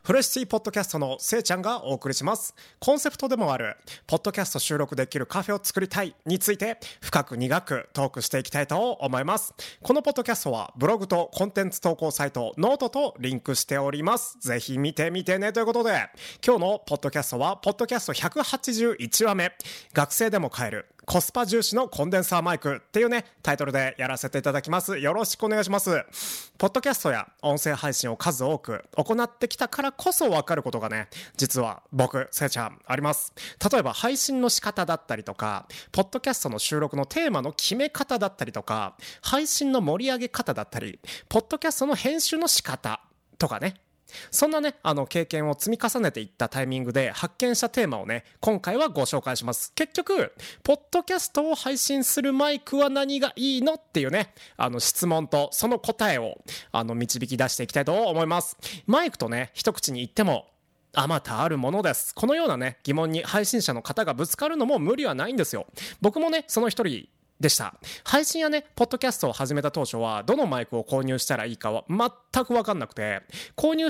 フレッシーポッドキャストのせいちゃんがお送りします。コンセプトでもあるポッドキャスト収録できるカフェを作りたいについて深く苦くトークしていきたいと思います。このポッドキャストはブログとコンテンツ投稿サイトノートとリンクしております。ぜひ見てみてねということで、今日のポッドキャストはポッドキャスト181話目、学生でも買えるコスパ重視のコンデンサーマイクっていうねタイトルでやらせていただきます。よろしくお願いします。ポッドキャストや音声配信を数多く行ってきたからこそ分かることがね、実は僕せいちゃんあります。例えば配信の仕方だったりとか、ポッドキャストの収録のテーマの決め方だったりとか、配信の盛り上げ方だったり、ポッドキャストの編集の仕方とかね、そんなね経験を積み重ねていったタイミングで発見したテーマをね今回はご紹介します。結局ポッドキャストを配信するマイクは何がいいのっていうね質問とその答えを導き出していきたいと思います。マイクとね一口に言ってもあまたあるものです。このようなね疑問に配信者の方がぶつかるのも無理はないんですよ。僕もねその一人でした。配信やねポッドキャストを始めた当初はどのマイクを購入したらいいかは全く分かんなくて、購入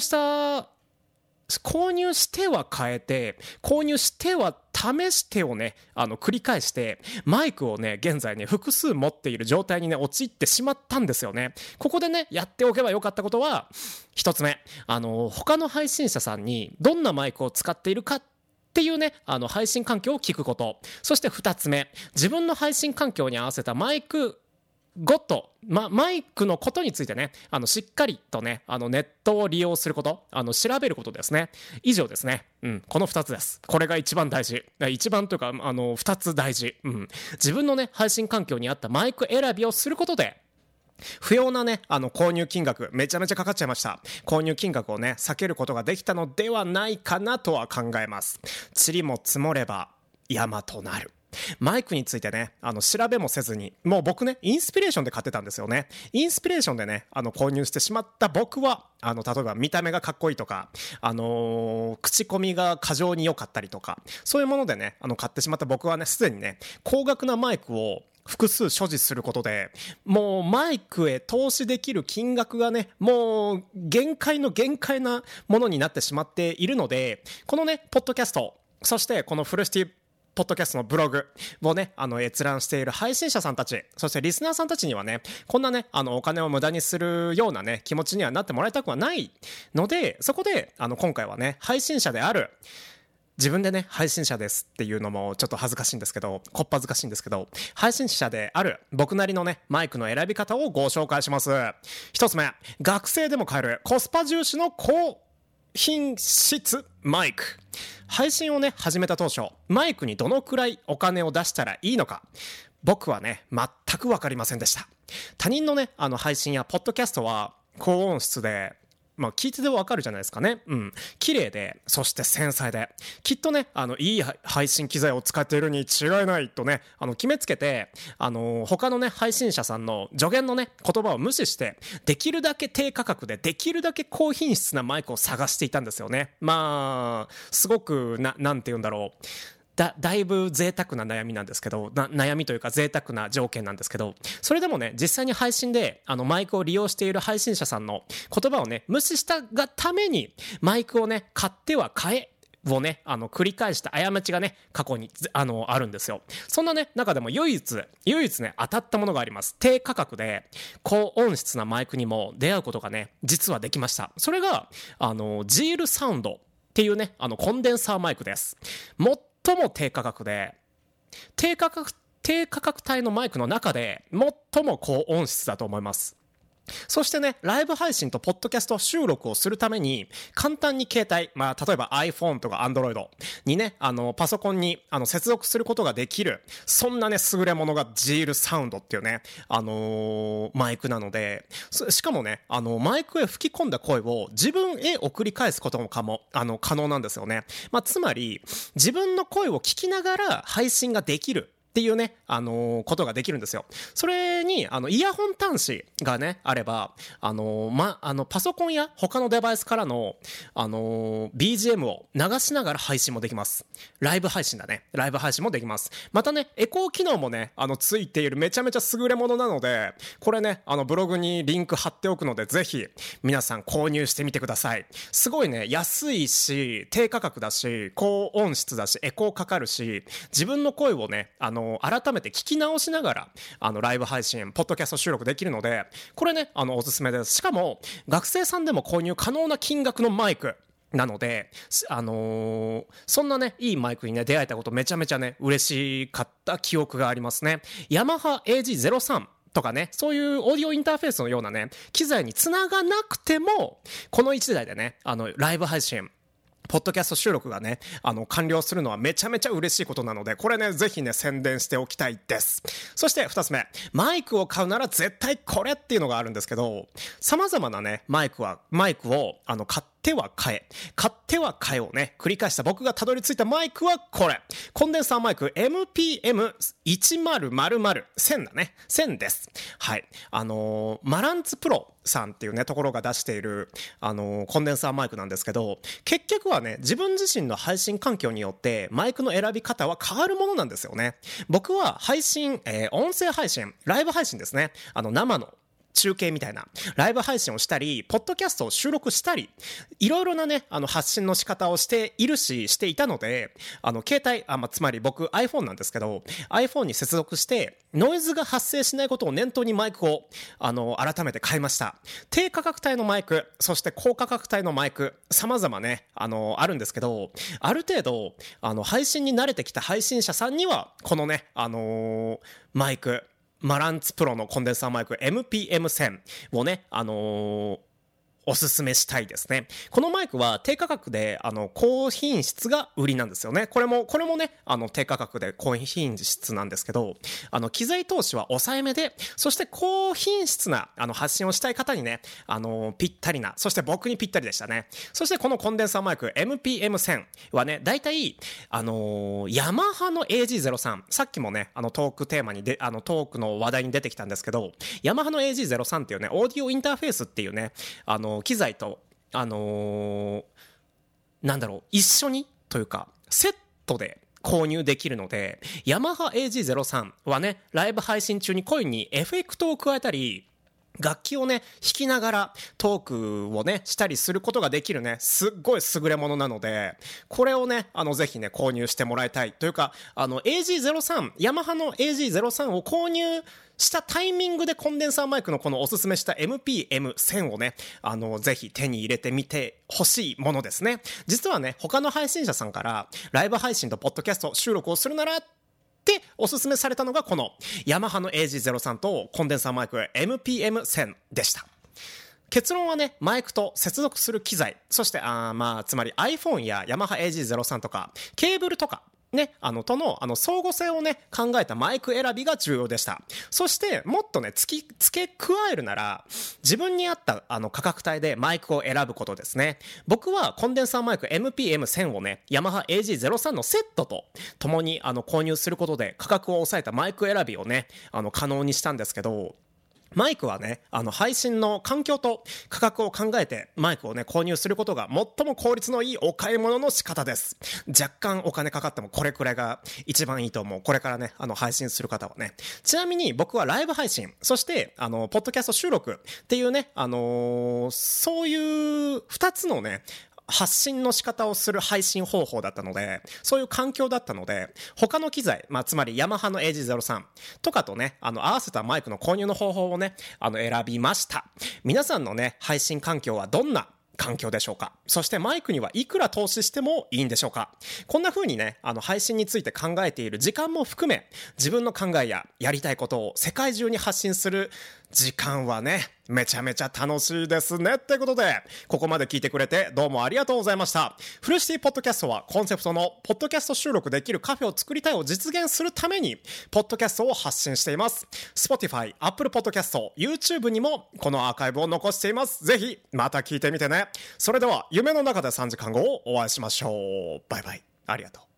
しては変えて購入しては試してをね繰り返してマイクをね現在ね複数持っている状態にね陥ってしまったんですよね。ここでねやっておけばよかったことは一つ目、他の配信者さんにどんなマイクを使っているかっていうね配信環境を聞くこと。そして2つ目、自分の配信環境に合わせたマイクごと、マイクのことについてねしっかりとねネットを利用すること、調べることですね。以上ですね。この2つです。これが一番大事、一番というか2つ大事。自分のね配信環境に合ったマイク選びをすることで不要なね購入金額めちゃめちゃかかっちゃいました。購入金額をね避けることができたのではないかなとは考えます。塵も積もれば山となる。マイクについてね調べもせずに、もう僕ねインスピレーションで買ってたんですよね。インスピレーションでね購入してしまった僕は例えば見た目がかっこいいとか口コミが過剰に良かったりとか、そういうものでね買ってしまった僕はねすでにね高額なマイクを複数所持することで、もうマイクへ投資できる金額がねもう限界なものになってしまっているので、このねポッドキャスト、そしてこのフルシティポッドキャストのブログをね閲覧している配信者さんたち、そしてリスナーさんたちにはねこんなねお金を無駄にするようなね気持ちにはなってもらいたくはないので、そこで今回はね配信者である自分でね配信者ですっていうのもちょっと恥ずかしいんですけど、こっぱずかしいんですけど、配信者である僕なりのねマイクの選び方をご紹介します。一つ目、学生でも買えるコスパ重視の高品質マイク。配信をね始めた当初、マイクにどのくらいお金を出したらいいのか僕はね全く分かりませんでした。他人のね配信やポッドキャストは高音質で聞いててわかるじゃないですかね。綺麗で、そして繊細で、きっとねいい配信機材を使っているに違いないとね決めつけて他のね配信者さんの助言のね言葉を無視して、できるだけ低価格でできるだけ高品質なマイクを探していたんですよね。すごくなんて言うんだろう、だいぶ贅沢な悩みなんですけど、悩みというか贅沢な条件なんですけど、それでもね実際に配信でマイクを利用している配信者さんの言葉をね無視したがためにマイクをね買っては買えをね繰り返した過ちがね過去にあるんですよ。そんなね中でも唯一ね当たったものがあります。低価格で高音質なマイクにも出会うことがね実はできました。それがジールサウンドっていうねコンデンサーマイクです。最も低価格で低価格帯のマイクの中で最も高音質だと思います。そしてねライブ配信とポッドキャスト収録をするために簡単に携帯、例えば iPhone とか Android にねパソコンに接続することができる、そんなね優れものがジールサウンドっていうねマイクなので、しかもねマイクへ吹き込んだ声を自分へ送り返すことも可能なんですよね。つまり自分の声を聞きながら配信ができるっていうねことができるんですよ。それにイヤホン端子がねあればパソコンや他のデバイスからのBGM を流しながら配信もできます。ライブ配信もできます。またねエコー機能もねついているめちゃめちゃ優れものなので、これねブログにリンク貼っておくのでぜひ皆さん購入してみてください。すごいね安いし低価格だし高音質だしエコーかかるし、自分の声をね改めて聞き直しながらライブ配信ポッドキャスト収録できるので、これねおすすめです。しかも学生さんでも購入可能な金額のマイクなので、そんなねいいマイクにね出会えたことめちゃめちゃね嬉しかった記憶がありますね。ヤマハ AG03とかね、そういうオーディオインターフェースのようなね機材につながなくてもこの1台でねライブ配信ポッドキャスト収録がね完了するのはめちゃめちゃ嬉しいことなので、これねぜひね宣伝しておきたいです。そして2つ目、マイクを買うなら絶対これっていうのがあるんですけど、様々なねマイクを買っては買えをね繰り返した僕がたどり着いたマイクはこれ、コンデンサーマイク MPM1000 だね、1000です。はい、マランツプロさんっていうねところが出しているコンデンサーマイクなんですけど、結局はね自分自身の配信環境によってマイクの選び方は変わるものなんですよね。僕は配信、音声配信、ライブ配信ですね、生の中継みたいなライブ配信をしたりポッドキャストを収録したり、いろいろなね発信の仕方をしていたので、携帯つまり僕 iPhone なんですけど iPhone に接続してノイズが発生しないことを念頭にマイクを改めて買いました。低価格帯のマイク、そして高価格帯のマイク様々ねあるんですけど、ある程度配信に慣れてきた配信者さんにはこのねマイクマランツプロのコンデンサーマイク MPM1000 をねおすすめしたいですね。このマイクは低価格で高品質が売りなんですよね。これもね低価格で高品質なんですけど、機材投資は抑えめで、そして高品質な発信をしたい方にねぴったりな、そして僕にぴったりでしたね。そしてこのコンデンサーマイク MPM1000 はねだいたいヤマハの AG03、 さっきもねトークテーマにトークの話題に出てきたんですけど、ヤマハの AG03 っていうねオーディオインターフェースっていうね機材と一緒にというかセットで購入できるので、ヤマハ AG03 はねライブ配信中に声にエフェクトを加えたり楽器をね弾きながらトークをねしたりすることができるねすっごい優れものなので、これをねぜひね購入してもらいたいというか、AG03 ヤマハの AG03 を購入したタイミングでコンデンサーマイクのこのおすすめした MPM1000 をねぜひ手に入れてみてほしいものですね。実はね他の配信者さんからライブ配信とポッドキャスト収録をするならっておすすめされたのがこのヤマハの AG03 とコンデンサーマイク MPM1000 でした。結論はねマイクと接続する機材、そしてつまり iPhone やヤマハ AG03 とかケーブルとかね、との相互性をね考えたマイク選びが重要でした。そしてもっとね付け加えるなら自分に合った価格帯でマイクを選ぶことですね。僕はコンデンサーマイク MPM1000 をねヤマハ AG03 のセットと共に購入することで価格を抑えたマイク選びをね可能にしたんですけど、マイクはね配信の環境と価格を考えてマイクをね購入することが最も効率のいいお買い物の仕方です。若干お金かかってもこれくらいが一番いいと思う。これからね配信する方はね。ちなみに僕はライブ配信、そしてポッドキャスト収録っていうねそういう2つのね発信の仕方をする配信方法だったので、そういう環境だったので他の機材、つまりヤマハの AG03 とかとね合わせたマイクの購入の方法をね選びました。皆さんのね配信環境はどんな環境でしょうか。そしてマイクにはいくら投資してもいいんでしょうか。こんな風にね配信について考えている時間も含め、自分の考えややりたいことを世界中に発信する時間はねめちゃめちゃ楽しいですね。ってことでここまで聞いてくれてどうもありがとうございました。フルシティポッドキャストはコンセプトのポッドキャスト収録できるカフェを作りたいを実現するためにポッドキャストを発信しています。 Spotify、Apple Podcast、YouTube にもこのアーカイブを残しています。ぜひまた聞いてみてね。それでは夢の中で3時間後をお会いしましょう。バイバイ。ありがとう。